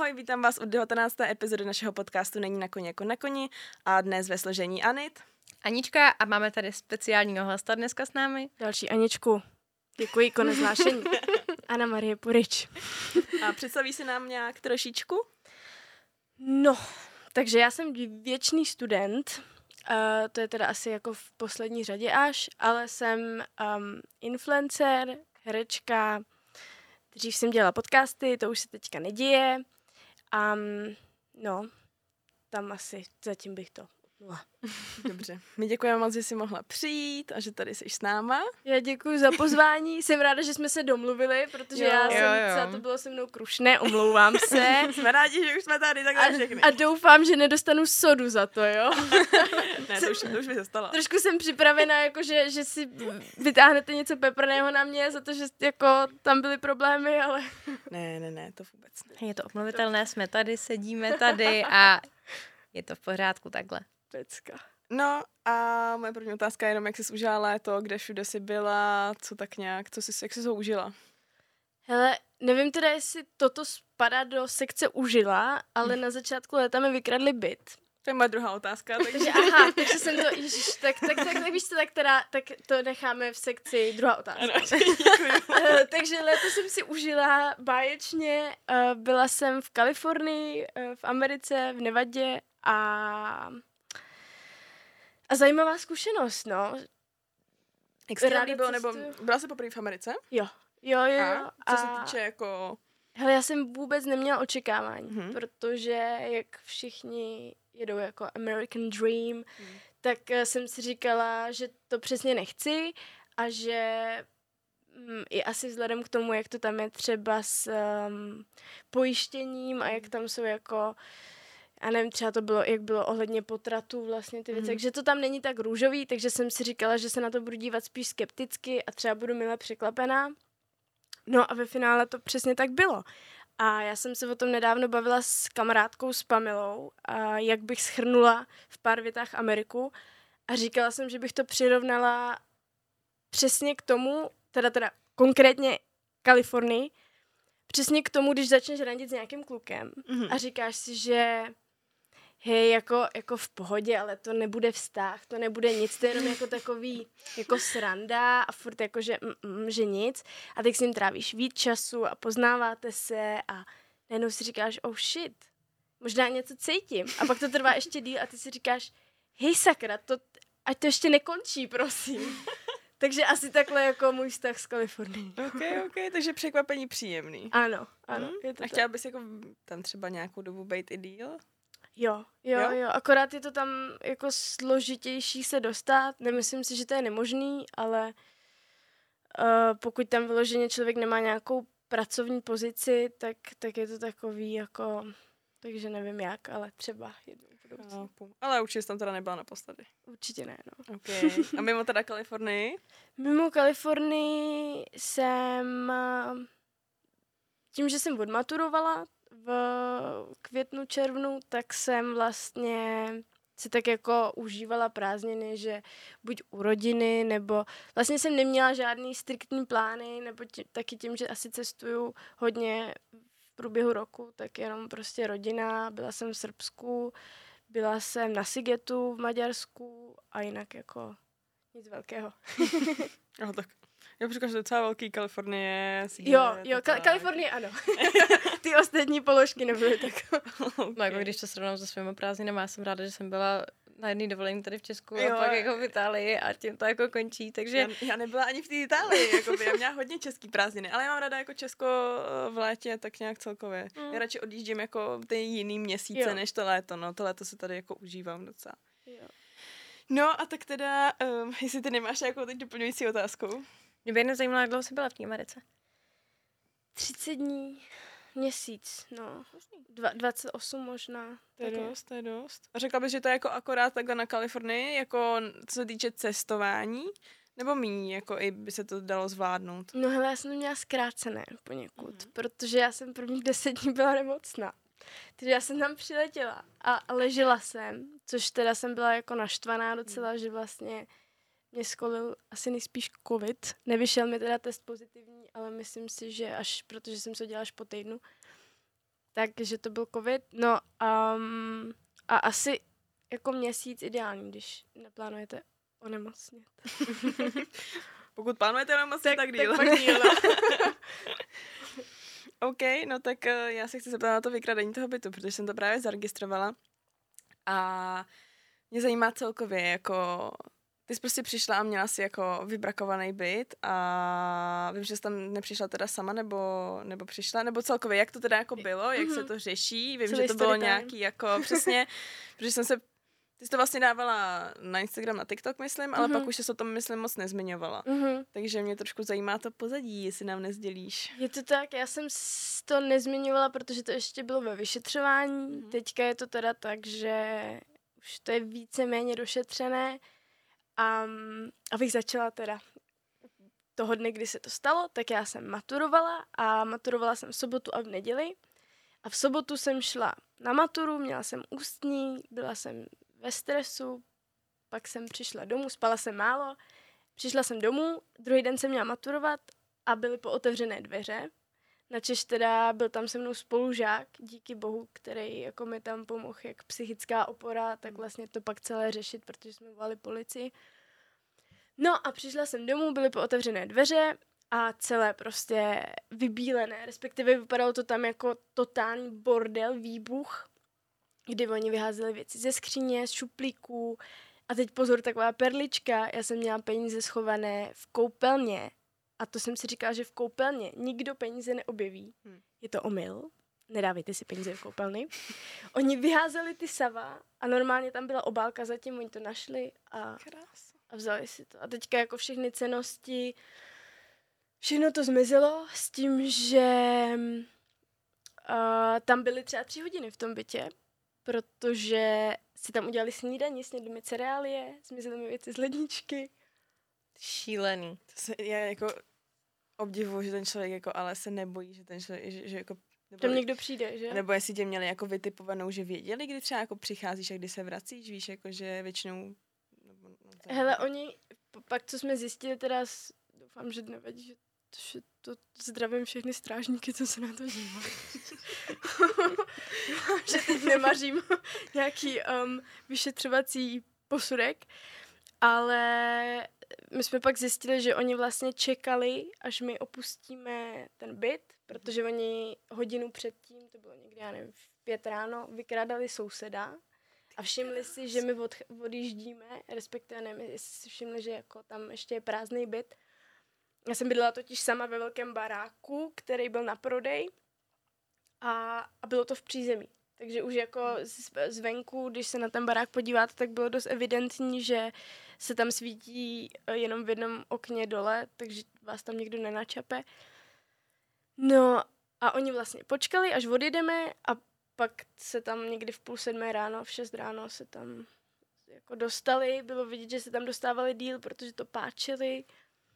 Ahoj, vítám vás u 19. epizody našeho podcastu Není na koni jako na koni a dnes ve složení Anit. Anička a máme tady speciálního hosta dneska s námi. Další Aničku. Děkuji, konec nášení. Anna Marie Purič. A představí se nám nějak trošičku? No, takže já jsem věčný student, to je teda asi jako v poslední řadě až, ale jsem influencer, herečka, dřív jsem dělala podcasty, to už se teďka neděje. No, tam asi zatím bych to utnula. Dobře, my děkujeme moc, že jsi mohla přijít a že tady jsi s náma. Já děkuji za pozvání, jsem ráda, že jsme se domluvili, protože to bylo se mnou krušné, omlouvám se. Jsme rádi, že už jsme tady takhle všechny. A doufám, že nedostanu sodu za to, jo? Ne, to už by se stalo. Trošku jsem připravená, jako že si vytáhnete něco peprného na mě za to, že jako tam byly problémy, ale... Ne, to vůbec ne. Je to obnovitelné, jsme tady, sedíme tady a je to v pořádku takhle. Pecka. No a moje první otázka je jenom, jak jsi užila léto, kde všude jsi byla, co tak nějak, jak jsi ho užila? Hele, nevím teda, jestli toto spadá do sekce užila, ale na začátku léta mi vykradli byt. To je moje druhá otázka. Takže jsem to, ježiš, tak víš co, tak to necháme v sekci druhá otázka. Ano, takže léto jsem si užila báječně, byla jsem v Kalifornii, v Americe, v Nevadě a zajímavá zkušenost, no. Jak se to líbilo, nebo byla jsi poprvé v Americe? Jo. A co se týče jako... Hele, já jsem vůbec neměla očekávání, protože jak všichni jedou jako American Dream, tak jsem si říkala, že to přesně nechci a že i asi vzhledem k tomu, jak to tam je třeba s pojištěním a jak tam jsou jako... A nevím, třeba to bylo, jak bylo ohledně potratů vlastně ty věci, takže to tam není tak růžový, takže jsem si říkala, že se na to budu dívat spíš skepticky a třeba budu mile překvapená. No a ve finále to přesně tak bylo. A já jsem se o tom nedávno bavila s kamarádkou s Pamilou, a jak bych shrnula v pár větách Ameriku a říkala jsem, že bych to přirovnala přesně k tomu, teda konkrétně Kalifornii, přesně k tomu, když začneš randit s nějakým klukem a říkáš si, že hej, jako v pohodě, ale to nebude vztah, to nebude nic, to je jenom jako takový jako sranda a furt jako, že nic. A teď s ním trávíš víc času a poznáváte se a najednou si říkáš, oh shit, možná něco cítím. A pak to trvá ještě díl a ty si říkáš, hej sakra, ať to ještě nekončí, prosím. Takže asi takhle jako můj vztah s Kalifornií. Ok, takže překvapení příjemný. Ano. Je to a chtěla bys jako tam třeba nějakou dobu být i díl? Jo, akorát je to tam jako složitější se dostat, nemyslím si, že to je nemožný, ale pokud tam vyloženě člověk nemá nějakou pracovní pozici, tak je to takový jako, takže nevím jak, ale třeba jednou budoucí. Ale určitě jsi tam teda nebyla naposledy. Určitě ne, no. Okay. A mimo teda Kalifornii? Mimo Kalifornii jsem, tím, že jsem odmaturovala v květnu, červnu, tak jsem vlastně si tak jako užívala prázdniny, že buď u rodiny, nebo vlastně jsem neměla žádný striktní plány, nebo taky tím, že asi cestuju hodně v průběhu roku, tak jenom prostě rodina, byla jsem v Srbsku, byla jsem na Sigetu v Maďarsku a jinak jako nic velkého. Tak. Já bych říkala, že docela velký Kalifornie. Jo, Kalifornie ano. Ty ostatní položky nebyly tak. No jako když to srovnám se svými prázdninami, já jsem ráda, že jsem byla na jedné dovolení tady v Česku a pak jako v Itálii a tím to jako končí, takže... Já nebyla ani v té Itálii, jakoby, já měla hodně český prázdniny, ale já mám ráda jako Česko v létě, tak nějak celkově. Já radši odjíždím jako ty jiný měsíce, než to léto, no to léto se tady jako užívám docela. Jo. No a tak teda, jestli ty nemáš nějakou teď doplňující otázku? Mě by jen zajímalo, jak dlouho jsi byla v té Americe. 30 dní, měsíc, no. 28 možná. To je dost. A řekla bys, že to je jako akorát takhle na Kalifornii, jako co se týče cestování, nebo míň, jako i by se to dalo zvládnout? No hele, já jsem to měla zkrácené poněkud, protože já jsem prvních 10 dní byla nemocná. Takže já jsem tam přiletěla a ležela jsem, což teda jsem byla jako naštvaná docela, že vlastně mě skolil asi nejspíš covid. Nevyšel mi teda test pozitivní, ale myslím si, že protože jsem se dělala až po týdnu. takže to byl covid. No a asi jako měsíc ideální, když neplánujete onemocnit. Pokud plánujete onemocnit, tak díl. Tak díl. OK, no tak já se chci zeptat na to vykradení toho bytu, protože jsem to právě zaregistrovala a mě zajímá celkově, jako ty jsi prostě přišla a měla si jako vybrakovaný byt a vím, že jsi tam nepřišla teda sama, nebo přišla, nebo celkově, jak to teda jako bylo, jak se to řeší, vím, že to bylo nějaký jako přesně, protože ty jsi to vlastně dávala na Instagram, na TikTok, myslím, ale pak už se o tom, myslím, moc nezmiňovala. Takže mě trošku zajímá to pozadí, jestli nám nezdělíš. Je to tak, já jsem to nezmiňovala, protože to ještě bylo ve vyšetřování. Teďka je to teda tak, že už to je víceméně došetřené. Abych začala teda toho dne, kdy se to stalo, tak já jsem maturovala a maturovala jsem v sobotu a v neděli. A v sobotu jsem šla na maturu, měla jsem ústní, byla jsem ve stresu, pak jsem přišla domů, spala jsem málo, přišla jsem domů, druhý den jsem měla maturovat a byly pootevřené dveře. Načež teda byl tam se mnou spolužák, díky bohu, který jako mi tam pomohl jak psychická opora, tak vlastně to pak celé řešit, protože jsme volali policii. No a přišla jsem domů, byly pootevřené dveře a celé prostě vybílené, respektive vypadalo to tam jako totální bordel, výbuch, kdy oni vyházeli věci ze skříně, z šuplíků a teď pozor, taková perlička, já jsem měla peníze schované v koupelně. A to jsem si říkala, že v koupelně nikdo peníze neobjeví. Je to omyl. Nedávejte si peníze v koupelny. Oni vyházeli ty sava a normálně tam byla obálka zatím, oni to našli a vzali si to. A teďka jako všechny cennosti, všechno to zmizelo s tím, že tam byly třeba 3 hodiny v tom bytě, protože si tam udělali snídani, snědli mi cereálie, zmizely mi věci z ledničky. Šílený. Já jako obdivuju, že ten člověk jako ale se nebojí, že ten člověk, že jako... Tam někdo přijde, že? Nebo jestli tě měli jako vytipovanou, že věděli, kdy třeba jako přicházíš a kdy se vracíš, víš, jako že většinou... Hele, oni, pak co jsme zjistili, teda doufám, že nevadí, že to zdravím všechny strážníky, co se na to dívají. Že teď nemařím nějaký vyšetřovací posudek, ale my jsme pak zjistili, že oni vlastně čekali, až my opustíme ten byt, protože oni hodinu předtím, to bylo někdy, já nevím, v 5 ráno, vykrádali souseda a všimli si, že my odjíždíme, respektive nevím, jestli si všimli, že jako tam ještě je prázdný byt. Já jsem bydlela totiž sama ve velkém baráku, který byl na prodej a bylo to v přízemí. Takže už jako zvenku, když se na ten barák podíváte, tak bylo dost evidentní, že se tam svítí jenom v jednom okně dole, takže vás tam nikdo nenačape. No a oni vlastně počkali, až odjedeme a pak se tam někdy v 6:30 ráno, v 6 ráno se tam jako dostali. Bylo vidět, že se tam dostávali díl, protože to páčili.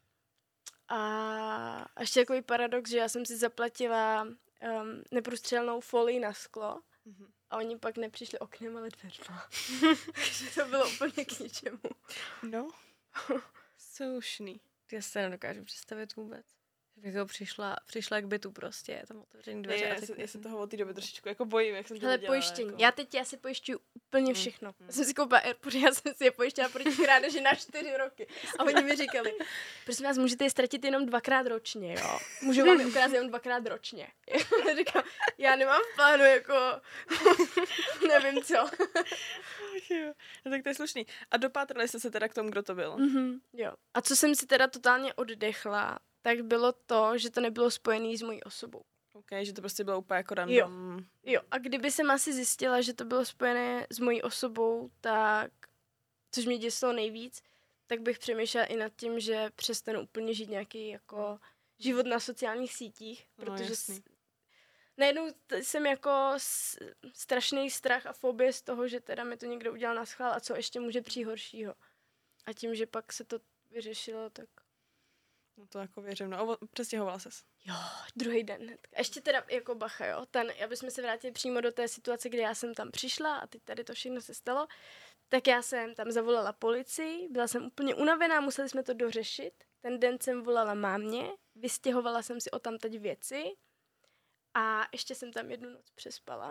A ještě takový paradox, že já jsem si zaplatila neprůstřelnou folii na sklo a oni pak nepřišli oknem, ale dveřma. Takže to bylo úplně k ničemu. No, slušný. Já se nedokážu představit vůbec. Že bych ho přišla k bytu prostě, tam otevřený dveře. Já se toho od té doby trošičku jako bojím, jak jsem to dělala. Pojištění. Jako... Já si pojišťuju úplně všechno. Já jsem si koupila AirPod, já jsem si je pojištěla proti krádeži na 4 roky. A oni mi říkali, prosím vás, můžete je ztratit jenom 2krát ročně, jo. Můžu vám je ukrást jenom 2krát ročně. Říkám, já nemám v plánu, jako, nevím co. No tak to je slušný. A dopátrali jste se teda k tomu, kdo to byl? Jo. A co jsem si teda totálně oddechla, tak bylo to, že to nebylo spojené s mojí osobou. OK, že to prostě bylo úplně jako random. Jo. A kdyby jsem asi zjistila, že to bylo spojené s mojí osobou, tak, což mě děsilo nejvíc, tak bych přemýšlela i nad tím, že přestanu úplně žít nějaký jako život na sociálních sítích, protože najednou jsem jako strašný strach a fobie z toho, že teda mi to někdo udělal na schvál a co ještě může přijít horšího. A tím, že pak se to vyřešilo, tak... No to jako věřím, no přestěhovala ses. Jo, druhý den hned. A ještě teda jako bacha, jo, aby jsme se vrátili přímo do té situace, kdy já jsem tam přišla a teď tady to všechno se stalo, tak já jsem tam zavolala policii, byla jsem úplně unavená, museli jsme to dořešit. Ten den jsem volala mámě, vystěhovala jsem si odtamtud věci A ještě jsem tam jednu noc přespala.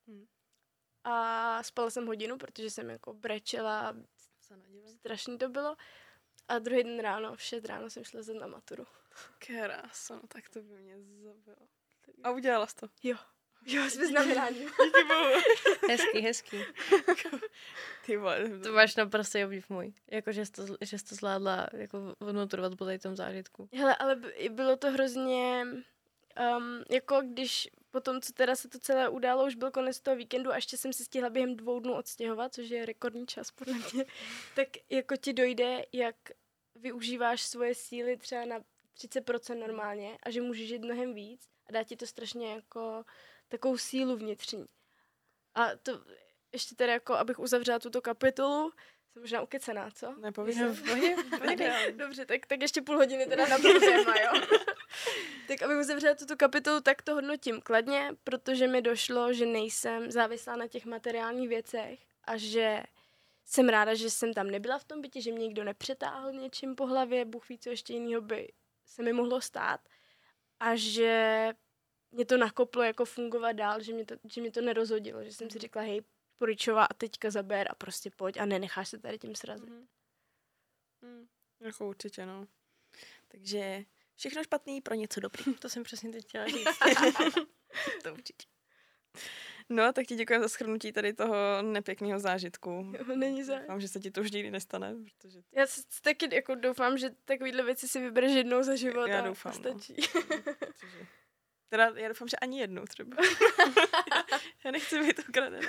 A spala jsem hodinu, protože jsem jako brečela. Strašný to bylo. A druhý den ráno, v 6 ráno jsem šla na maturu. Krása, no tak to by mě zabilo. A udělala jsi to? Jo, s vyznamenáním. Díky bohu. Hezký. Ty vole. To máš naprostý obdiv můj. Jako, že jsi to zvládla jako odmaturovat po tady tom zážitku. Hele, ale bylo to hrozně... jako když potom, co teda se to celé událo, už byl konec toho víkendu a ještě jsem se stihla během 2 dnů odstěhovat, což je rekordní čas podle mě, tak jako ti dojde, jak využíváš svoje síly třeba na 30% normálně a že můžeš žít mnohem víc a dá ti to strašně jako takovou sílu vnitřní. A to ještě teda jako, abych uzavřela tuto kapitolu, jsem možná ukecená, co? Nepovídám. Dobře, tak ještě půl hodiny teda na to téma, jo? Tak abych uzavřela tuto kapitolu, tak to hodnotím kladně, protože mi došlo, že nejsem závislá na těch materiálních věcech a že jsem ráda, že jsem tam nebyla v tom bytě, že mě nikdo nepřetáhl něčím po hlavě, Bůh ví, co ještě jiného by se mi mohlo stát a že mě to nakoplo jako fungovat dál, že mě to nerozhodilo, že jsem si řekla, hej, Poričová a teďka zaber a prostě pojď a nenecháš se tady tím srazit. Jako určitě, no. Takže všechno špatný pro něco dobrý. To jsem přesně teď chtěla říct. To určitě. No, tak ti děkuji za shrnutí tady toho nepěkného zážitku. Jo, není zájem. Doufám, že se ti to už nikdy nestane. Protože... Já taky jako doufám, že takovýhle věci si vybereš jednou za život já a doufám, stačí. No. Teda já doufám, že ani jednou třeba. Já nechci být ukradená.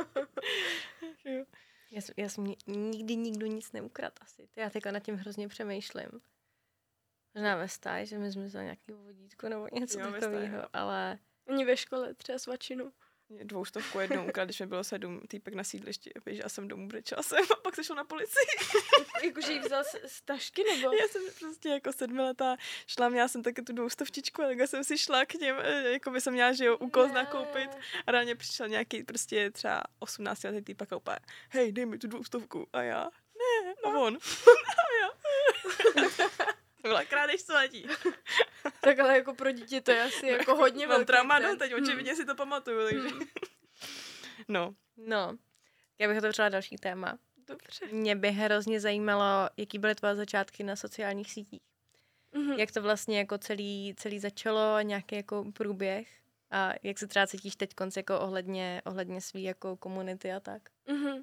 Já jsem nikdy nikdo nic neukrad asi. Já teďka nad tím hrozně přemýšlím. Možná ve stáji, že mi zmizelo nějaký vodítko nebo něco takového, ale... Oni ve škole třeba svačinu. 200 jednou ukradl, když mi bylo 7, týpek na sídlišti. Já jsem domů, brečela jsem a pak se šel na policii. Jakože jí vzal z tašky nebo? Já jsem prostě jako 7letá šla, měla jsem taky tu 200 a tak jsem si šla k něm, jako by jsem měla, že jo, úkol nakoupit a ráně přišel nějaký prostě třeba 18letý týpek a úplně, hej, dej mi tu 200 a já, ne, a on. A já. To byla krádeš století. Tak ale jako pro dítě to je asi jako hodně velký. Mám trauma, no, teď očividně si to pamatuju, takže. No. Já bych otevřela další téma. Dobře. Mě by hrozně zajímalo, jaký byly tvoje začátky na sociálních sítích. Jak to vlastně jako celý začalo a nějaký jako průběh a jak se třeba cítíš teď jako ohledně svý jako komunity a tak.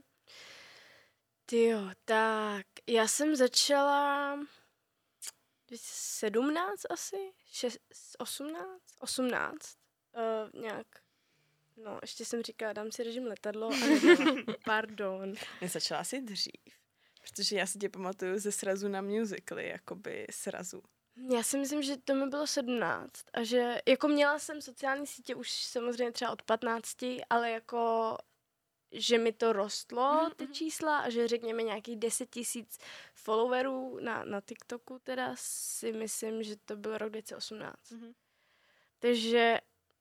Tyjo, tak já jsem začala 17 asi, 18, nějak. No, ještě jsem říkala, dám si režim letadlo a nedala. Pardon. Já začala asi dřív, protože já si tě pamatuju ze srazu na musically, jakoby srazu. Já si myslím, že to mi bylo 17 a že jako měla jsem sociální sítě už samozřejmě třeba od 15, ale jako že mi to rostlo, ty čísla, a že řekněme nějakých 10 000 followerů na TikToku teda si myslím, že to byl rok 2018. Takže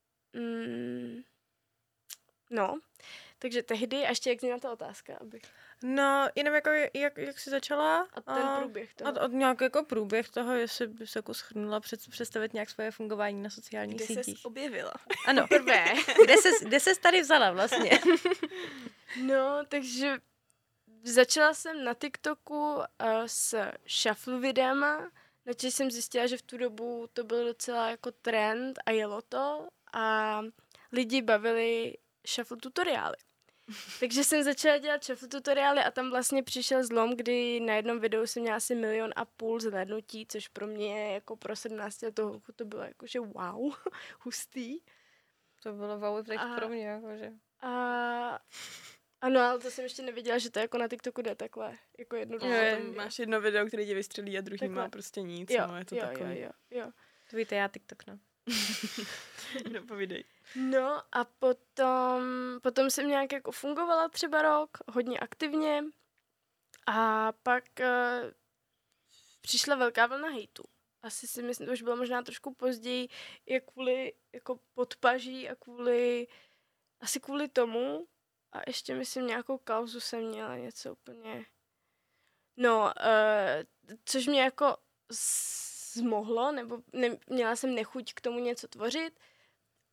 no, takže tehdy, a ještě jak zněla ta otázka, abych... No, jenom jako, jak jsi začala? A ten průběh toho. A nějaký jako průběh toho, jestli bys jako shrnula představit nějak svoje fungování na sociálních sítích. Kde jsi objevila? Ano. Prvé. Kde ses tady vzala vlastně? No, takže začala jsem na TikToku s shuffle videama, načež jsem zjistila, že v tu dobu to byl docela jako trend a jelo to a lidi bavili shuffle tutoriály. Takže jsem začala dělat shuffle tutoriály a tam vlastně přišel zlom, kdy na jednom videu jsem měla asi 1,5 milionu zhlédnutí, což pro mě jako pro 17 letou holku to bylo jakože wow, hustý. To bylo wow efekt pro mě, jakože. Ano, ale to jsem ještě nevěděla, že to jako na TikToku jde takhle, jako jednoduše. Máš jedno video, který tě vystřelí a druhý takhle. Má prostě nic, jo, no, je to takový. Jo. To víte, já TikTok, no. No, povídej. No a potom jsem nějak jako fungovala třeba rok, hodně aktivně a pak přišla velká vlna hejtu. Asi si myslím, že už bylo možná trošku později, je kvůli jako podpaží a asi kvůli tomu. A ještě myslím nějakou kauzu jsem měla, něco úplně... No, což mě jako zmohlo, nebo měla jsem nechuť k tomu něco tvořit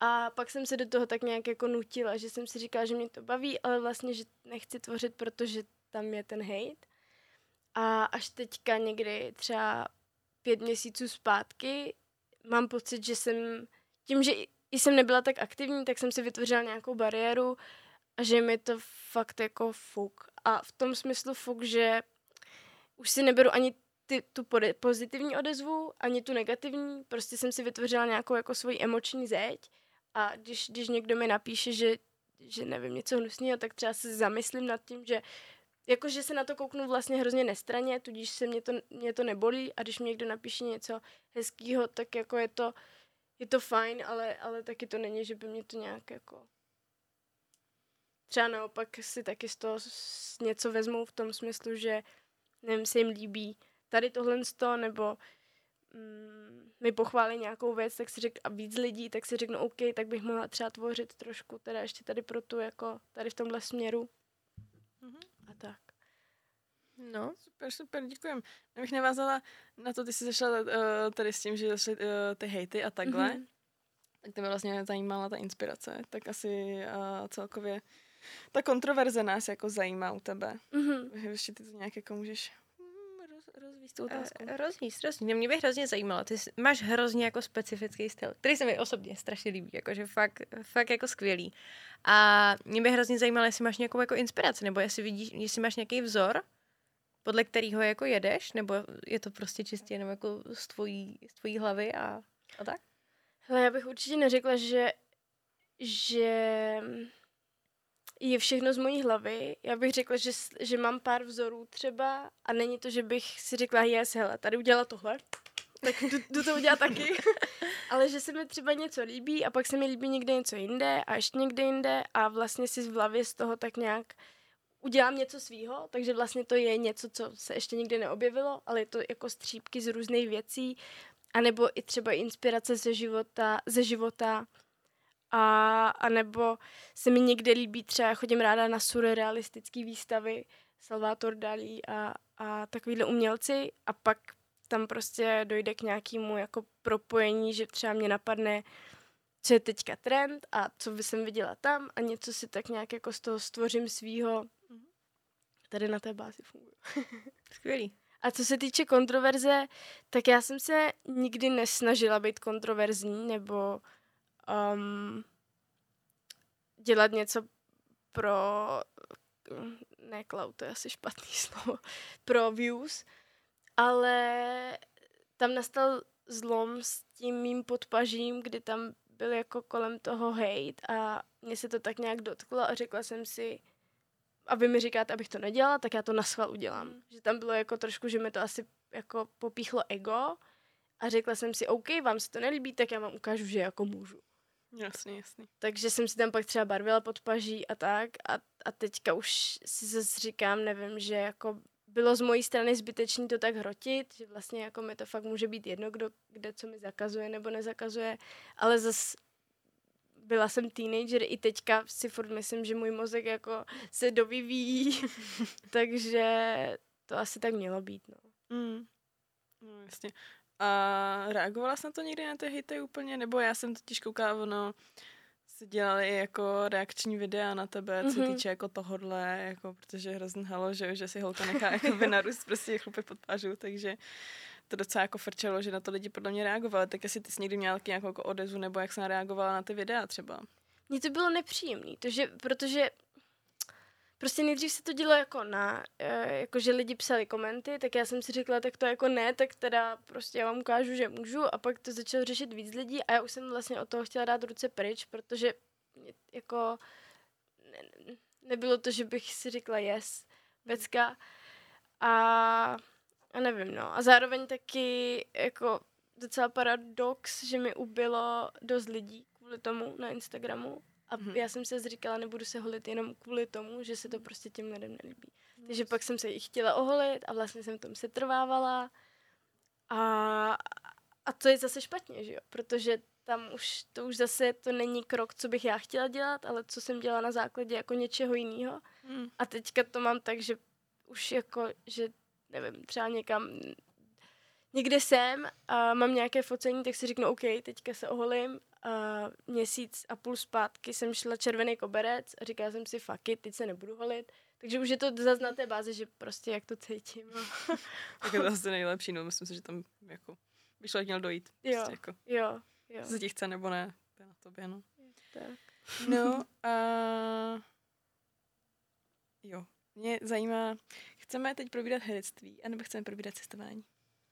A pak jsem se do toho tak nějak jako nutila, že jsem si říkala, že mě to baví, ale vlastně, že nechci tvořit, protože tam je ten hate. A až teďka někdy třeba 5 měsíců zpátky mám pocit, že jsem, tím, že jsem nebyla tak aktivní, tak jsem si vytvořila nějakou bariéru a že mi to fakt jako fuk. A v tom smyslu fuk, že už si neberu ani tu pozitivní odezvu, ani tu negativní, prostě jsem si vytvořila nějakou jako svoji emoční zeď a když někdo mi napíše, že nevím, něco hnusného, tak třeba se zamyslím nad tím, že jakože se na to kouknu vlastně hrozně nestranně, tudíž se mě to nebolí a když mi někdo napíše něco hezkýho, tak jako je to fajn, ale taky to není, že by mě to nějak jako třeba naopak si taky z toho něco vezmou v tom smyslu, že nevím, se jim líbí tady tohle nebo mi pochválí nějakou věc, tak si řeknu, a víc lidí, tak si řeknu, OK, tak bych mohla třeba tvořit trošku, teda ještě tady pro tu, jako tady v tomhle směru. A tak. No. Super, děkujem. Já bych navázala na to, ty jsi zašla tady s tím, že zašly ty hejty a takhle. Tak to mě vlastně zajímala ta inspirace. Tak asi celkově ta kontroverze nás jako zajímá u tebe. Ještě ty to nějak jako můžeš rozvíjet tu otázku. Rozvíjet. Mě by hrozně zajímalo. Ty máš hrozně jako specifický styl, který se mi osobně strašně líbí, jakože fakt jako skvělý. A mě by hrozně zajímalo, jestli máš nějakou jako inspiraci, nebo jestli máš nějaký vzor, podle kterého jako jedeš, nebo je to prostě čistě jenom jako z tvojí hlavy a tak? Hele, já bych určitě neřekla, že je všechno z mojí hlavy. Já bych řekla, že mám pár vzorů třeba a není to, že bych si řekla, hele, tady udělala tohle, tak jdu to udělat taky. Ale že se mi třeba něco líbí a pak se mi líbí někde něco jinde a ještě někde jinde a vlastně si v hlavě z toho tak nějak udělám něco svýho, takže vlastně to je něco, co se ještě nikdy neobjevilo, ale je to jako střípky z různých věcí, anebo i třeba inspirace ze života a nebo se mi někde líbí, třeba chodím ráda na surrealistické výstavy, Salvador Dalí a takovýhle umělci a pak tam prostě dojde k nějakému jako propojení, že třeba mě napadne, co je teďka trend a co jsem viděla tam a něco si tak nějak jako z toho stvořím svýho. Tady na té bázi funguje. Skvělý. A co se týče kontroverze, tak já jsem se nikdy nesnažila být kontroverzní nebo dělat něco pro, ne cloud, to je asi špatný slovo, pro views, ale tam nastal zlom s tím mým podpažím, kdy tam byl jako kolem toho hate a mě se to tak nějak dotklo a řekla jsem si, a vy mi říkáte, abych to nedělala, tak já to naschvál udělám. Že tam bylo jako trošku, že mi to asi jako popíchlo ego a řekla jsem si, OK, vám se to nelíbí, tak já vám ukážu, že jako můžu. Jasný. Takže jsem si tam pak třeba barvila pod paží a tak a teďka už si zase říkám, nevím, že jako bylo z mojí strany zbytečný to tak hrotit, že vlastně jako mi to fakt může být jedno, kde co mi zakazuje nebo nezakazuje, ale zase byla jsem teenager, i teďka si furt myslím, že můj mozek jako se dovyvíjí, takže to asi tak mělo být, no. No jasně. A reagovala jsi na to někdy na ty hejty úplně? Nebo já jsem totiž koukala, ono se dělali jako reakční videa na tebe, co týče jako tohodle, jako, protože je hrozný halo, že si holka nechá jako vynarůst prostě chlupy pod pážu, takže to docela jako frčelo, že na to lidi podle mě reagovali. Tak jestli ty jsi někdy měla nějakou jako odezvu, nebo jak jsi reagovala na ty videa třeba? Mně to bylo nepříjemný, protože prostě nejdřív se to dělo jako jako že lidi psali komenty, tak já jsem si řekla, tak to jako ne, tak teda prostě já vám ukážu, že můžu a pak to začalo řešit víc lidí a já už jsem vlastně od toho chtěla dát ruce pryč, protože jako nebylo to, že bych si řekla yes, pecka a nevím, no. A zároveň taky jako docela paradox, že mi ubylo dost lidí kvůli tomu na Instagramu. A já jsem se říkala, nebudu se holit jenom kvůli tomu, že se to prostě těm lidem nelíbí. Takže pak jsem se jich chtěla oholit a vlastně jsem v tom setrvávala. A to je zase špatně, že jo? Protože tam to už zase to není krok, co bych já chtěla dělat, ale co jsem dělala na základě jako něčeho jiného. A teďka to mám tak, že už jako, že nevím, třeba někde jsem a mám nějaké focení, tak si řeknu, OK, teďka se oholím měsíc a půl zpátky jsem šla červený koberec a říkala jsem si fuck it, teď se nebudu holit. Takže už je to zase na té bázi, že prostě jak to cítím. Tak je to asi nejlepší, no myslím si, že tam jako by člověk měl dojít. Jo, prostě jako, jo. se ti chce nebo ne, to je na tobě, no. Tak. No a jo, mě zajímá, chceme teď probírat herectví, anebo chceme probírat cestování?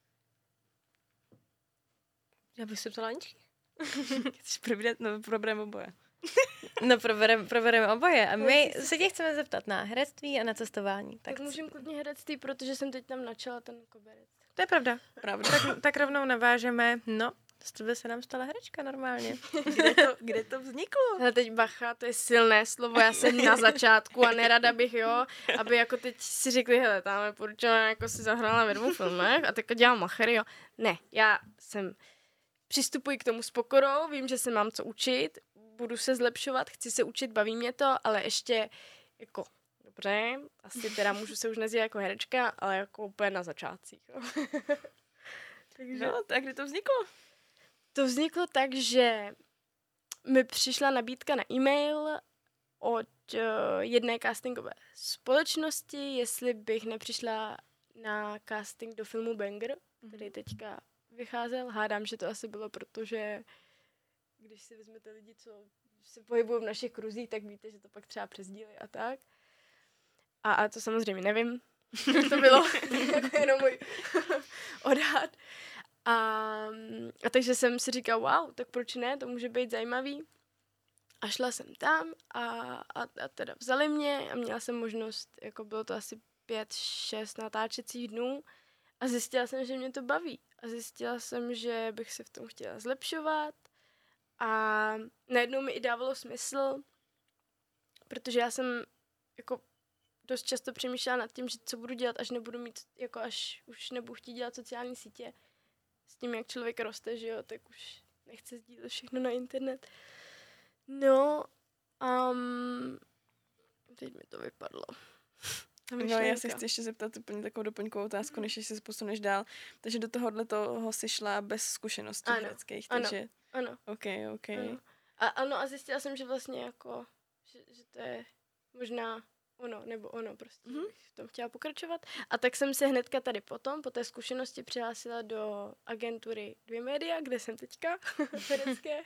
Já bych se ptala Aničky. Chceš probírat, no probereme oboje. No, probereme oboje. A my se tě chceme zeptat na herectví a na cestování. Tak můžeme klidně herectví, protože jsem teď tam načala ten koberec. To je pravda. Pravda. Tak rovnou navážeme. No, z tebe se nám stala herečka normálně. Kde to vzniklo? Ale teď bacha, to je silné slovo, já jsem na začátku a nerada bych, aby jako teď si řekli, hele, tam poručila, jako si zahrála ve 2 filmech a teďka dělám machery, jo. Ne, já přistupuji k tomu s pokorou, vím, že se mám co učit, budu se zlepšovat, chci se učit, baví mě to, ale ještě jako dobře, asi teda můžu se už nazývat jako herečka, ale jako úplně na začátcích. Takže... No, tak kdy to vzniklo? To vzniklo tak, že mi přišla nabídka na e-mail od jedné castingové společnosti, jestli bych nepřišla na casting do filmu Banger, který teďka vycházel. Hádám, že to asi bylo, protože když si vezmete lidi, co se pohybují v našich kruzích, tak víte, že to pak třeba přesdílí a tak. A to samozřejmě nevím. To bylo jako jenom můj odhad. A takže jsem si říkala, wow, tak proč ne, to může být zajímavý. A šla jsem tam a teda vzali mě a měla jsem možnost, jako bylo to asi 5-6 natáčecích dnů a zjistila jsem, že mě to baví. A zjistila jsem, že bych se v tom chtěla zlepšovat a najednou mi i dávalo smysl, protože já jsem jako dost často přemýšlela nad tím, že co budu dělat, až nebudu mít, jako až už nebudu chtít dělat sociální sítě. S tím, jak člověk roste, že jo, tak už nechce sdílet všechno na internet. No, teď mi to vypadlo. No, já se chci ještě zeptat úplně takovou doplňkovou otázku, než se posuneš dál. Takže do tohohle toho si šla bez zkušeností hereckých, takže... Ano. OK. Ano. A zjistila jsem, že vlastně jako, že to je možná ono prostě, bych v tom chtěla pokračovat. A tak jsem se hnedka tady po té zkušenosti přihlásila do agentury 2 Media, kde jsem teďka, herecké.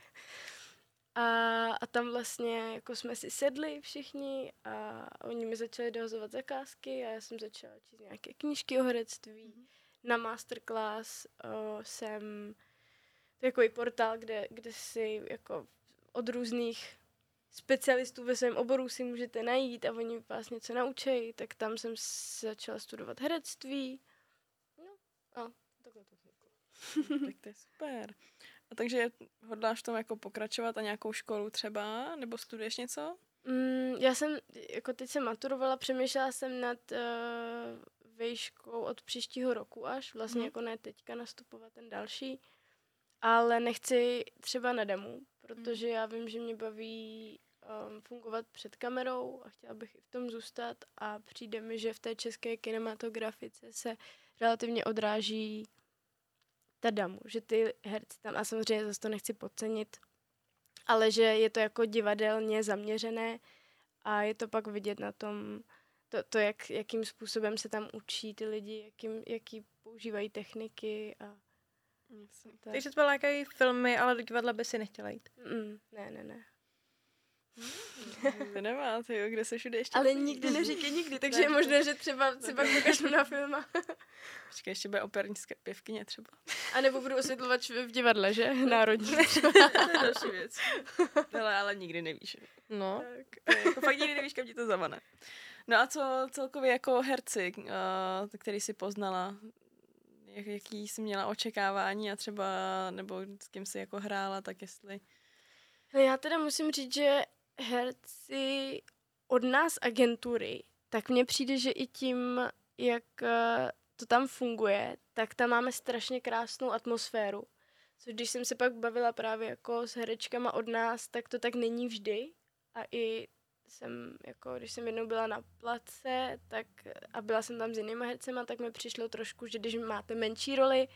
A tam vlastně jako jsme si sedli všichni a oni mi začali dohazovat zakázky a já jsem začala číst nějaké knížky o herectví. Na masterclass jsem, to je takový portál, kde si jako od různých specialistů ve svém oboru si můžete najít a oni vás něco naučí, tak tam jsem začala studovat herectví. No a takhle to vzniklo. Tak to je super. A takže hodláš v tom jako pokračovat a nějakou školu třeba, nebo studuješ něco? Já jsem, jako teď jsem maturovala, přemýšlela jsem nad vejškou od příštího roku až, vlastně jako ne teďka nastupovat ten další, ale nechci třeba na demo, protože já vím, že mě baví fungovat před kamerou a chtěla bych i v tom zůstat a přijde mi, že v té české kinematografice se relativně odráží ta damu, že ty herci tam, a samozřejmě zase to nechci podcenit, ale že je to jako divadelně zaměřené a je to pak vidět na tom, jakým způsobem se tam učí ty lidi, jaký používají techniky a tak. Takže to lákají filmy, ale do divadla by si nechtěla jít. Ne. Vy nemáte, jo, kde se všude ještě... Ale nikdy neříkej nikdy, takže je možné, že třeba si pak pokažu na film. Počkej, ještě bude operní zpěvkyně třeba. A nebo budu osvětlovat v divadle, že? Národní. To je další věc. Ale nikdy nevíš. No. Tak. Jako fakt nikdy nevíš, kam ti to zavane. No a co celkově jako herci, který jsi poznala, jaký jsi měla očekávání a třeba, nebo s kým jsi jako hrála, tak jestli... Já teda musím říct, že herci od nás agentury, tak mně přijde, že i tím, jak to tam funguje, tak tam máme strašně krásnou atmosféru. Což když jsem se pak bavila právě jako s herečkama od nás, tak to tak není vždy. A i když jsem jednou byla na place, tak a byla jsem tam s jinýma hercema, tak mi přišlo trošku, že když máte menší roli,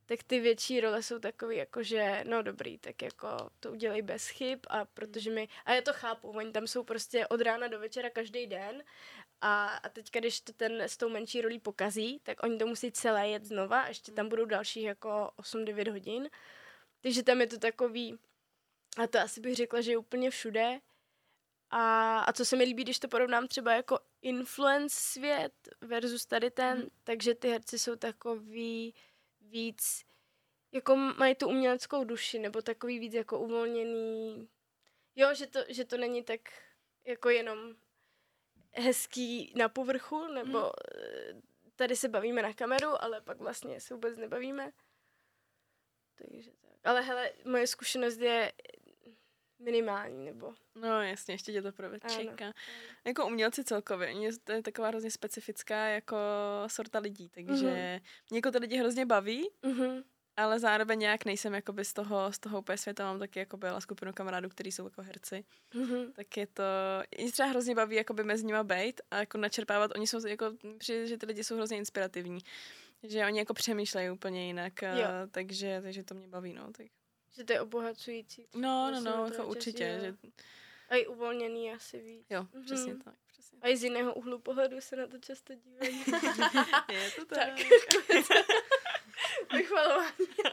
tak ty větší role jsou takový jako, že no dobrý, tak jako to udělej bez chyb a protože a já to chápu, oni tam jsou prostě od rána do večera každý den a teďka, když to ten s tou menší rolí pokazí, tak oni to musí celé jet znova a ještě tam budou dalších jako 8-9 hodin. Takže tam je to takový, a to asi bych řekla, že je úplně všude. A co se mi líbí, když to porovnám třeba jako influence svět versus tady ten, takže ty herci jsou takový víc, jako mají tu uměleckou duši, nebo takový víc jako uvolněný. Jo, že to není tak jako jenom hezký na povrchu, nebo tady se bavíme na kameru, ale pak vlastně se vůbec nebavíme. Takže tak. Ale hele, moje zkušenost je minimální, nebo... No jasně, ještě tě to čeká. Jako umělci celkově, to je taková hrozně specifická jako sorta lidí, takže mě jako ty lidi hrozně baví, ale zároveň nějak nejsem jakoby z toho úplně světa, mám taky jako byla skupinu kamarádů, kteří jsou jako herci, tak je to, mě třeba hrozně baví jakoby mezi nima bejt a jako načerpávat, oni jsou jako, přijde, že ty lidi jsou hrozně inspirativní, že oni jako přemýšlejí úplně jinak, takže to mě baví, no, tak. Že to je obohacující. No, jako určitě. Že... A i uvolněný asi víc. Jo, přesně tak. Přesně. A i z jiného úhlu pohledu se na to často dívají. Je to tak. Vychvalování.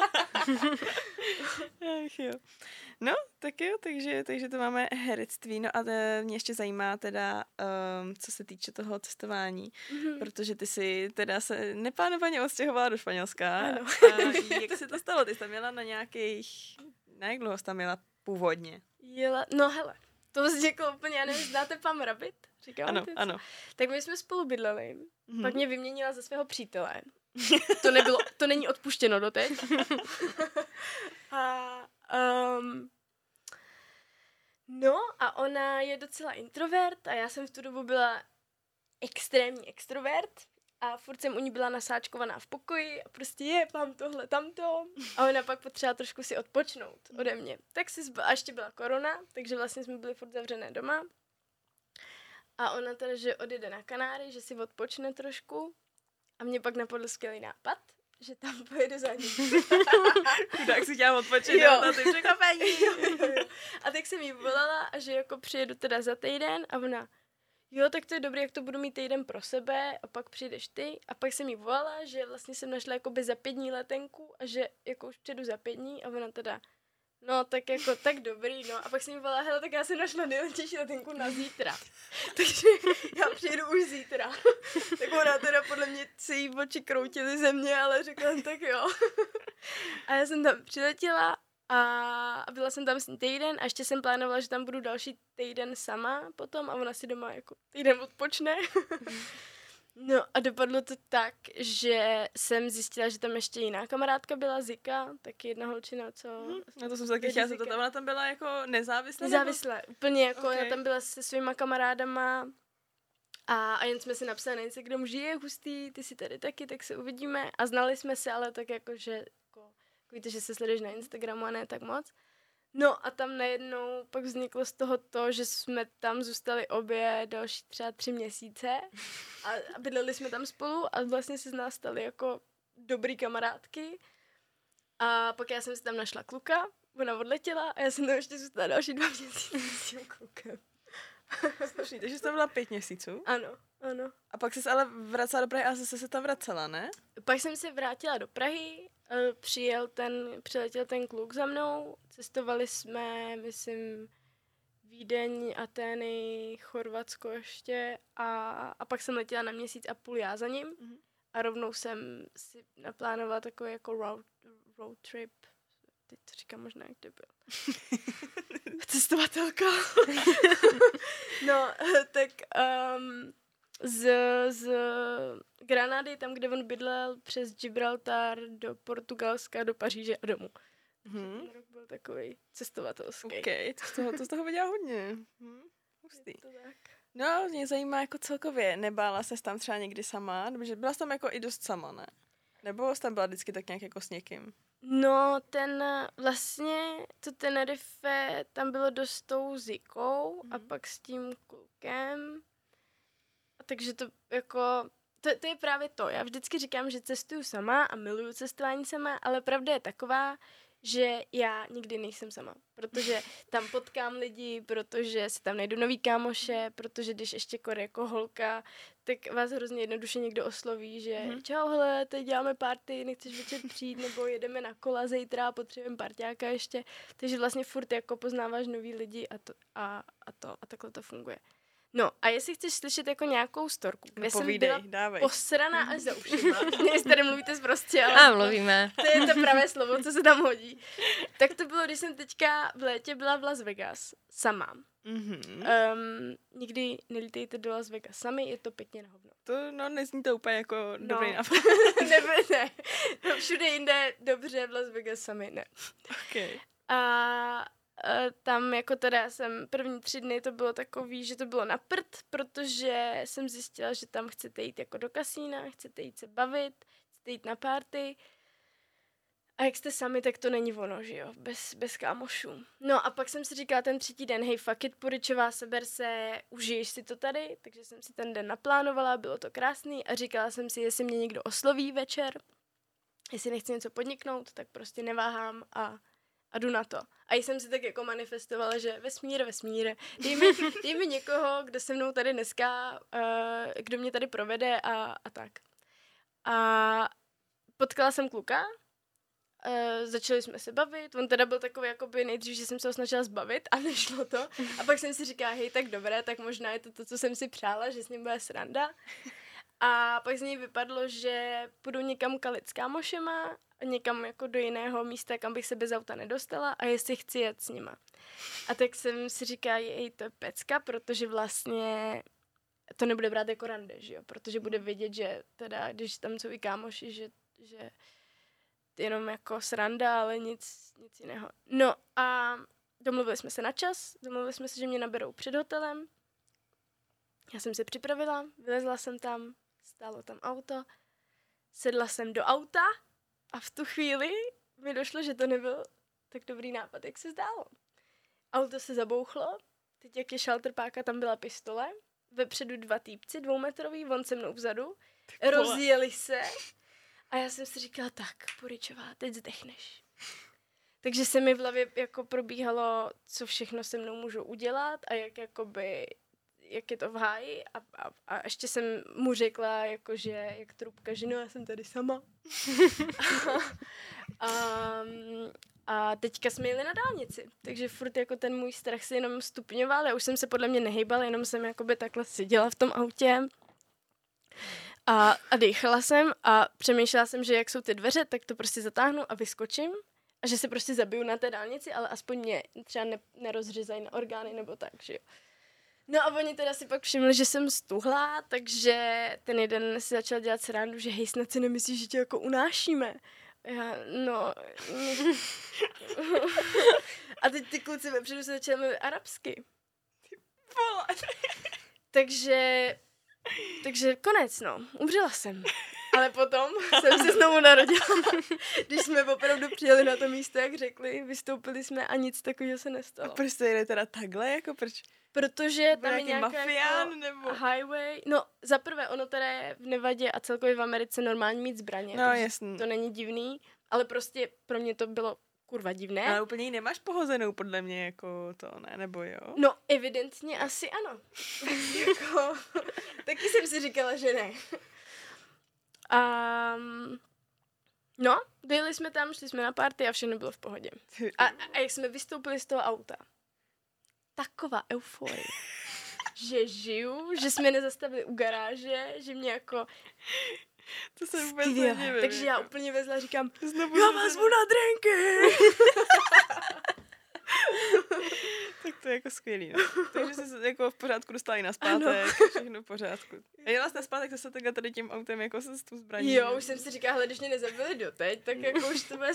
Ach jo. No, tak jo, takže to máme herectví. No a mě ještě zajímá teda, co se týče toho cestování, protože ty si teda se neplánovaně odstěhovala do Španělska. Ano. A jak se to stalo? Ty jsi tam měla na jak dlouho jsi tam měla původně? No hele, to vzniklo úplně, já nevím, znáte Pam Rabbit? Ano, ano. Tak my jsme spolu bydleli, pak mě vyměnila za svého přítele. To není odpuštěno doteď. No a ona je docela introvert a já jsem v tu dobu byla extrémní extrovert a furt jsem u ní byla nasáčkovaná v pokoji a prostě mám tohle, tamto. A ona pak potřeba trošku si odpočnout ode mě. Tak a ještě byla korona, takže vlastně jsme byli furt zavřené doma. A ona teda, že odjede na Kanáry, že si odpočne trošku. A mě pak napadl skvělý nápad, že tam pojedu za ní. Tak si chtěla odpočinout na ty překvapení. A tak jsem jí volala a že jako přijedu teda za týden a ona, jo, tak to je dobrý, jak to budu mít týden pro sebe a pak přijdeš ty. A pak jsem jí volala, že vlastně jsem našla jakoby za 5 dní letenku a že jako už přijedu za 5 dní a ona teda, no tak jako, tak dobrý, no. A pak jsem jí volala, hele, tak já jsem našla nejlepší letenku na zítra. Takže já přijedu už zítra. Tak ona teda podle mě se jí oči kroutily ze mě, ale řekla jsem, tak jo. A já jsem tam přiletěla a byla jsem tam s ní týden a ještě jsem plánovala, že tam budu další týden sama potom a ona si doma jako týden odpočne. No a dopadlo to tak, že jsem zjistila, že tam ještě jiná kamarádka byla, Zika, taky jedna holčina, co... No to jsem se taky chtěla zeptat, ona tam byla jako nezávislá? Nezávislá, úplně jako, ona tam byla se svýma kamarádama a jen jsme si napsali na Instagramu, že je hustý, ty si tady taky, tak se uvidíme a znali jsme se, ale tak jako, že jako víte, že se sleduješ na Instagramu a ne tak moc. No a tam najednou pak vzniklo z toho to, že jsme tam zůstali obě další třeba 3 měsíce a bydleli jsme tam spolu a vlastně se z nás stali jako dobrý kamarádky. A pak já jsem si tam našla kluka, ona odletěla a já jsem tam ještě zůstala další 2 měsíce s tím klukem. Slušný, takže jsi tam byla 5 měsíců? Ano. A pak jsi ale vracela do Prahy a zase se tam vracela, ne? Pak jsem se vrátila do Prahy, přiletěl ten kluk za mnou, cestovali jsme, myslím, Vídeň, Atény, Chorvatsko ještě a pak jsem letěla na 1,5 měsíce já za ním a rovnou jsem si naplánovala takový jako road trip. Teď to říkám možná, jak to byl. Cestovatelka. No, tak z Granady, tam, kde on bydlel, přes Gibraltar do Portugalska, do Paříže a domů. Ten rok byl takový cestovatelský. OK, to z toho viděla hodně. Hustý. No, mě zajímá jako celkově, nebála ses tam třeba někdy sama? Nebo že byla jsi tam jako i dost sama, ne? Nebo jsi tam byla vždycky tak nějak jako s někým? No, to Tenerife, tam bylo dost tou Zikou a pak s tím klukem. A takže to jako, to je právě to. Já vždycky říkám, že cestuju sama a miluju cestování sama, ale pravda je taková, že já nikdy nejsem sama, protože tam potkám lidi, protože si tam najdu nový kámoše, protože když ještě jako holka, tak vás hrozně jednoduše někdo osloví, že čau, hele, teď děláme party, nechceš večer přijít, nebo jedeme na kola zítra, potřebujeme parťáka ještě, takže vlastně furt jako poznáváš nový lidi a takhle to funguje. No a jestli chceš slyšet jako nějakou storku, kde jsem byla posraná až za ušima, jestli tady mluvíte zprostě, ale a mluvíme. To je to pravé slovo, co se tam hodí. Tak to bylo, když jsem teďka v létě byla v Las Vegas sama. Nikdy nelítejte do Las Vegas sami, je to pěkně na hovno. To nezní to úplně jako dobrý nápad. ne. No, všude jinde dobře, v Las Vegas sami ne. Okay. A tam jako teda jsem první 3 dny to bylo takový, že to bylo na prd, protože jsem zjistila, že tam chcete jít jako do kasína, chcete jít se bavit, chcete jít na party. A jak jste sami, tak to není ono, že jo, bez kámošů. No a pak jsem si říkala ten 3. den, hej, fuck it, Puričová, seber se, užiješ si to tady, takže jsem si ten den naplánovala, bylo to krásný a říkala jsem si, jestli mě někdo osloví večer, jestli nechci něco podniknout, tak prostě neváhám a jdu na to. A jsem si tak jako manifestovala, že vesmír, dej mi někoho, kdo se mnou tady dneska, kdo mě tady provede a tak. A potkala jsem kluka, začali jsme se bavit, on teda byl takový jakoby nejdřív, že jsem se ho snažila zbavit a nešlo to. A pak jsem si říkala, hej, tak dobré, tak možná je to, co jsem si přála, že s ním bude sranda. A pak z něj vypadlo, že půjdu někam kalit s kámošema, někam jako do jiného místa, kam bych se bez auta nedostala a jestli chci jet s nima. A tak jsem si říkala, jej, to je pecka, protože vlastně to nebude brát jako rande, že jo? Protože bude vědět, že teda, když tam jsou i kámoši, že jenom jako sranda, ale nic jiného. No a domluvili jsme se na čas, domluvili jsme se, že mě naberou před hotelem. Já jsem se připravila, vylezla jsem tam, stálo tam auto, sedla jsem do auta a v tu chvíli mi došlo, že to nebyl tak dobrý nápad, jak se zdálo. Auto se zabouchlo, teď jak je šaltrpáka, tam byla pistole, vepředu 2 týpci, 2metrový, on se mnou vzadu, rozjeli se a já jsem si říkala, tak, Puričová, teď zdechneš. Takže se mi v hlavě jako probíhalo, co všechno se mnou můžu udělat a jak je to v háji a ještě jsem mu řekla, jakože, jak trubka, že no, já jsem tady sama. A teďka jsme jeli na dálnici, takže furt jako ten můj strach se jenom stupňoval, já už jsem se podle mě nehejbala, jenom jsem jakoby takhle seděla v tom autě a dýchala jsem a přemýšlela jsem, že jak jsou ty dveře, tak to prostě zatáhnu a vyskočím a že se prostě zabiju na té dálnici, ale aspoň mě třeba nerozřezají na orgány nebo tak, že jo. No a oni teda si pak všimli, že jsem stuhlá, takže ten jeden si začal dělat srandu, že hej, snad si nemyslíš, že tě jako unášíme. A teď ty kluci vepředu se začali mluvit arabsky. Takže konec, no. Umřela jsem. Ale potom jsem se znovu narodila. Když jsme opravdu přijeli na to místo, jak řekli, vystoupili jsme a nic takového se nestalo. A proč jste jeli teda takhle? Jako proč? Protože tam je nějaká mafián, jako nebo highway. No, zaprvé ono teda je v Nevadě a celkově v Americe normální mít zbraně. No, jasný. To není divný, ale prostě pro mě to bylo kurva divné. Ale úplně ji nemáš pohozenou, podle mě, jako to, ne? Nebo jo? No, evidentně asi ano. Jako, taky jsem si říkala, že ne. No, dojeli jsme tam, šli jsme na party a všechno bylo v pohodě. A jak jsme vystoupili z toho auta, taková euforie, že žiju, že jsme nezastavili u garáže, že mě jako to se vůbec nedivím. Takže jako. já úplně vezla, říkám, znovu já vás zvu na drinky. Tak to je jako skvělý, no. Takže jsi se jako v pořádku dostala i na zpátek, všechno v pořádku. A jela jsi na zpátek zase takhle tady tím autem jako se s tou zbraní. Jo, už jsem si říkala, hele, když mě nezabili doteď, tak jako už to bude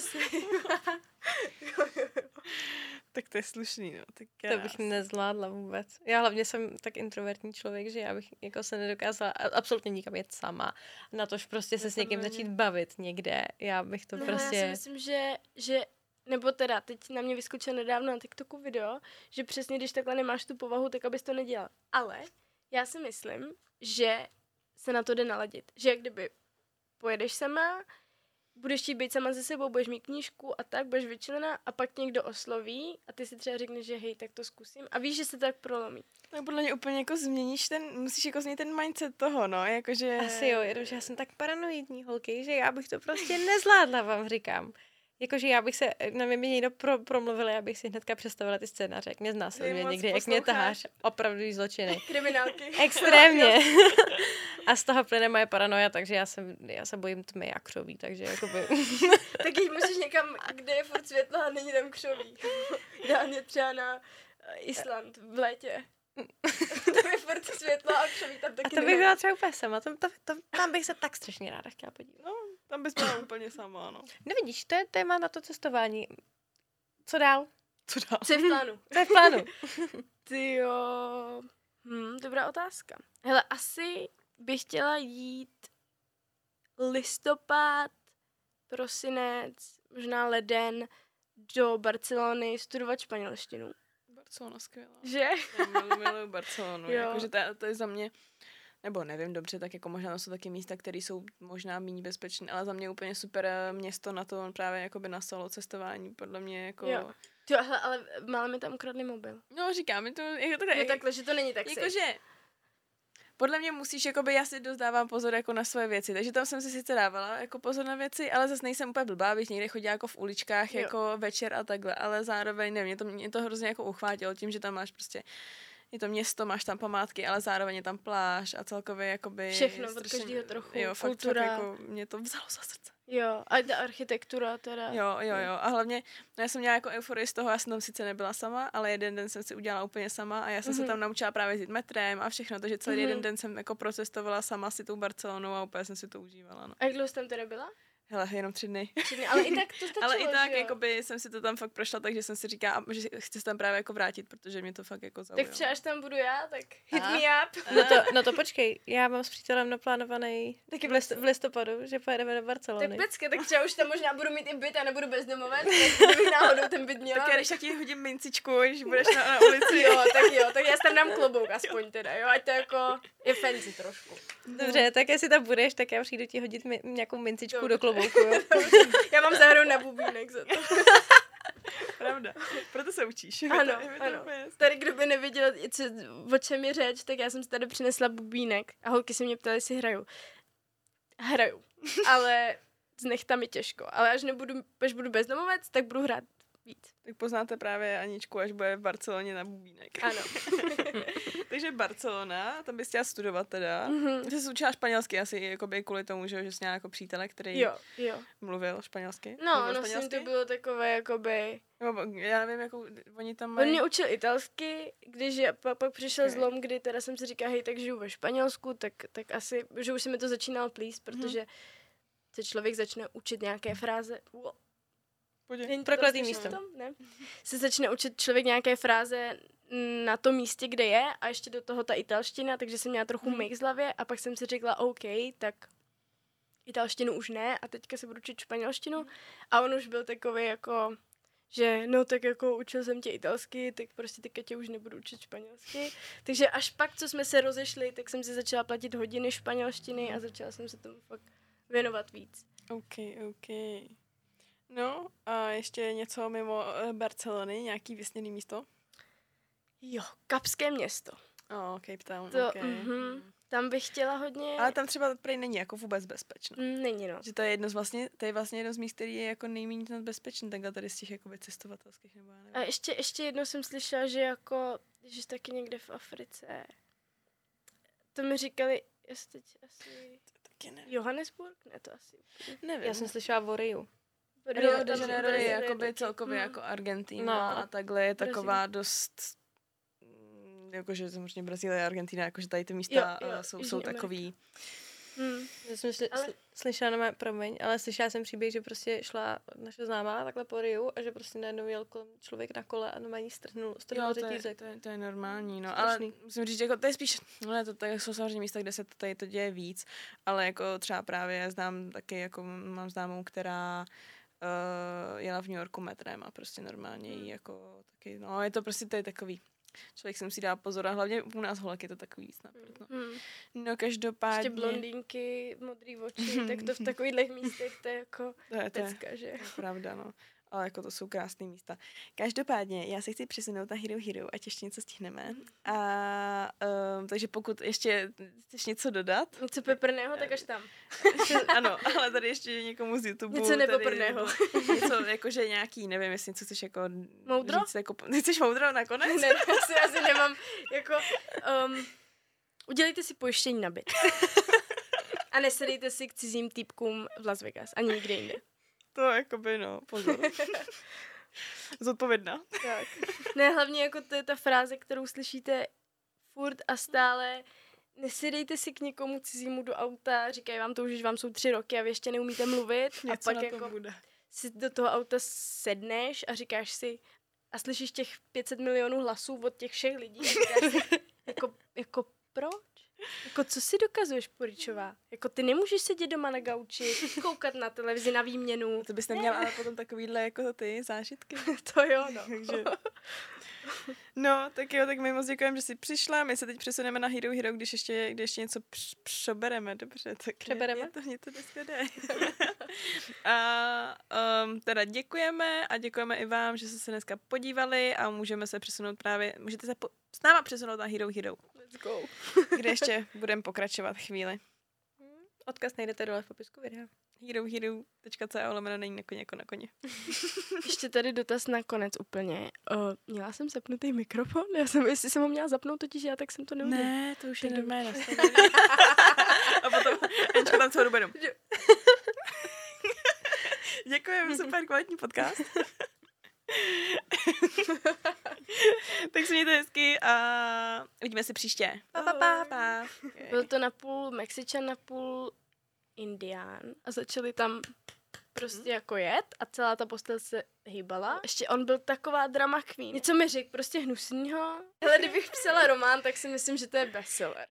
Tak to je slušný, no. Tak to bych nezvládla vůbec. Já hlavně jsem tak introvertní člověk, že já bych jako se nedokázala absolutně nikam jet sama. Na tož prostě se s někým začít bavit někde. Já bych to prostě... Já si myslím, že nebo teda, teď na mě vyskočilo nedávno na TikToku video, že přesně když takhle nemáš tu povahu, tak abys to nedělal. Ale já si myslím, že se na to jde naladit. Že jak kdyby pojedeš sama, budeš chtít být sama ze sebou, budeš mít knížku a tak, budeš vyčlená a pak někdo osloví a ty si třeba řekneš, že hej, tak to zkusím a víš, že se to tak prolomí. Tak podle mě úplně jako musíš jako změnit ten mindset toho, no, jakože... Asi jo, jenomže já jsem tak paranoidní holky, že já bych to prostě nezvládla, vám říkám. Jakože já bych se, na mě někdo promluvil, já bych si hnedka představila ty scénáře, jak mě znásilňuje někdy, jak mě taháš, opravdu zločiny. Kriminálky. Extrémně. A z toho plyne moje paranoja, takže já se bojím tmy a křoví, takže jakoby... Tak jít musíš někam, kde je furt světlo a není tam křoví. Ideálně třeba na Island v létě. Tam je furt světlo a křoví tam taky. A to bych byla třeba úplně sama, tam bych se tak strašně ráda chtěla podívat. No, tam bys byla úplně sama, no. Nevidíš, to je téma na to cestování. Co dál? Co dál? Co je v plánu? To je v plánu. Tyjo. Dobrá otázka. Hele, asi bych chtěla jít listopad, prosinec, možná leden do Barcelony studovat španělštinu. Barcelona skvělá. Že? Já miluju Barcelonu. Jakože to je za mě, nebo nevím dobře, tak jako možná jsou taky místa, které jsou možná méně bezpečné, ale za mě úplně super město na to právě jakoby na solo cestování, podle mě jako... Jo, ale málo mi tam ukradli mobil. No říkám, mi to... Takhle, že to není tak safe. Jakože... Podle mě musíš, jakoby, já si dost dávám pozor jako na svoje věci, takže tam jsem si sice dávala jako pozor na věci, ale zase nejsem úplně blbá, abych někde chodila jako v uličkách, jako večer a takhle, ale zároveň nevím, mě to hrozně jako uchvátilo tím, že tam máš prostě, je to město, máš tam památky, ale zároveň je tam pláž a celkově jakoby... Všechno, od každého trochu, jo, kultura. Fakt jako mě to vzalo za srdce. Jo, a ta architektura teda. Jo, a hlavně, já jsem měla jako euforii z toho, já jsem tam sice nebyla sama, ale jeden den jsem si udělala úplně sama a já jsem se tam naučila právě jezdit metrem a všechno, takže celý jeden den jsem jako procestovala sama si tou Barcelonou a úplně jsem si to užívala. No. A jak dlouho jsi tam teda byla? Hele, jenom 3 dny. Ale i tak to stačilo, ale i tak, že jo? jakoby jsem si to tam fakt prošla, takže jsem si říkala, že chci se tam právě jako vrátit, protože mě to fakt jako zaujalo. Tak třeba až tam budu já, tak hit me up. No to počkej, já mám s přítelem naplánovaný taky v listopadu, že pojedeme do Barcelony. Tak pecka, tak třeba už tam možná budu mít i byt a nebudu bezdomovec, tak kdybych náhodou ten byt měla. Tak já když tak ti hodím mincičku, když budeš na ulici. Jo, tak já si tam dám klobouk aspoň teda, jo, ať to jako je fancy trošku. Dobře, tak jestli tam budeš, tak já přijdu ti hodit nějakou mincičku do klobouku, jo. Já mám zahrou na bubínek za to. Pravda, proto se učíš. Ano. Tady kdo by nevěděl, o čem je řeč, tak já jsem si tady přinesla bubínek a holky se mě ptaly, jestli hraju. Hraju, ale s nechtami těžko. Ale až budu bezdomovec, tak budu hrát víc. Tak poznáte právě Aničku, až bude v Barceloně na bubínek. Ano. Takže Barcelona, tam bys chtěla studovat teda. Ty jsi učila španělsky asi jakoby kvůli tomu, že jsi měla jako přítele, který mluvil španělsky. No, s tím to bylo takové jakoby... Já nevím, jako oni tam mají... On mě učil italsky, když pak přišel zlom, kdy teda jsem si říkala, hej, tak žiju ve Španělsku, tak asi, že už se mi to začínalo plíst, protože se člověk začne učit nějaké fráze. Prokletý místo. Ne? Se začne učit člověk nějaké fráze na tom místě, kde je a ještě do toho ta italština, takže jsem měla trochu mix v hlavě a pak jsem si řekla, OK, tak italštinu už ne a teďka se budu učit španělštinu a on už byl takový jako, že no tak jako učil jsem tě italsky, tak prostě teďka tě už nebudu učit španělsky. Takže až pak, co jsme se rozešli, tak jsem si začala platit hodiny španělštiny a začala jsem se tomu fakt věnovat víc. OK. No a ještě něco mimo Barcelony, nějaký vysněný místo? Jo, Kapské město. Cape Town, to, okay. Tam bych chtěla hodně... Ale tam třeba prej není jako vůbec bezpečno. Není, no. Že to je vlastně jedno z míst, který je jako nejméně bezpečný, takhle tady z těch jakoby cestovatelských nebo já nevím. A ještě jednou jsem slyšela, že jako, když jsi taky někde v Africe, to mi říkali, jestli teď asi... Johannesburg? Ne, to asi... Nevím. Já jsem slyšela o Riu. Rio de Janeiro je jakoby celkově jako Argentina a takhle je taková dost, jakože samozřejmě Brazílie a Argentina, jakože tady ty místa jsou takový. Já jsem slyšela, ale slyšela jsem příběh, že prostě šla naše známá takhle po Riu a že prostě najednou jel člověk na kole a normálně strhnul řetízek. To je normální, no, ale musím říct, jako to je spíš, to jsou samozřejmě místa, kde se tady to děje víc, ale jako třeba právě znám taky, jako mám známou, která jela v New Yorku metrem a prostě normálně jí jako taky, no je to prostě tady takový. člověk si musí dát pozor a hlavně u nás holek je to takový snad. No každopádně. Ještě blondýnky, modrý oči, tak to v takových místech to je jako pecka, že? To je pravda, no. Ale jako to jsou krásné místa. Každopádně, já se chci přesunout na Hero Hero, ať ještě něco stihneme. A takže pokud ještě chceš něco dodat. Něco peprného, tak až tam. Ano, ale tady ještě někomu z YouTube. Něco nepeprného. Něco jakože nějaký, nevím, jestli něco chceš jako... Moudro? Říct, jako, chceš moudro nakonec? Ne, asi nemám. Jako, udělejte si pojištění na byt. A nesedejte si k cizím týpkům v Las Vegas. Ani nikde jinde. To jakoby, no, pozor. Zodpovědná. Tak. Ne, hlavně jako to je ta fráze, kterou slyšíte furt a stále. Nesedejte si k někomu cizímu do auta, říkají vám to už, že vám jsou 3 roky a vy ještě neumíte mluvit. Něco a pak na jako bude. si do toho auta sedneš a říkáš si a slyšíš těch 500 milionů hlasů od těch všech lidí a říkáš si, jako proč? Jako co si dokazuješ, Poričová? Jako ty nemůžeš sedět doma na gauči, koukat na televizi na výměnu. To bys neměla ale potom takovýhle jako ty zážitky. To jo, no. Takže... No, tak jo, tak my moc děkujeme, že jsi přišla. My se teď přesuneme na Hero Hero, když ještě něco přebereme, dobře. Tak přebereme? Mě to dneska jde. A teda děkujeme a děkujeme i vám, že jste se dneska podívali a můžete se s náma přesunout na Hero Hero. Let's go. Kde ještě budeme pokračovat chvíli. Odkaz najdete dole v popisku videa. herohero.co není na koně jako na koně. Ještě tady dotaz na konec úplně. Měla jsem zapnutý mikrofon? Jestli jsem ho měla zapnout, totiž já, tak jsem to neudělala. Ne, to už je normálně nastavené. A potom Ančka tam celou dobu jenom. Děkujeme, super kvalitní podcast. Tak se mějte hezky a uvidíme se příště. Pa. Byl to napůl Mexičan, napůl Indián a začali tam prostě jako jet a celá ta postel se hýbala. Ještě on byl taková drama queen. Něco mi řekl, prostě hnusnýho. Ale kdybych psala román, tak si myslím, že to je bestseller.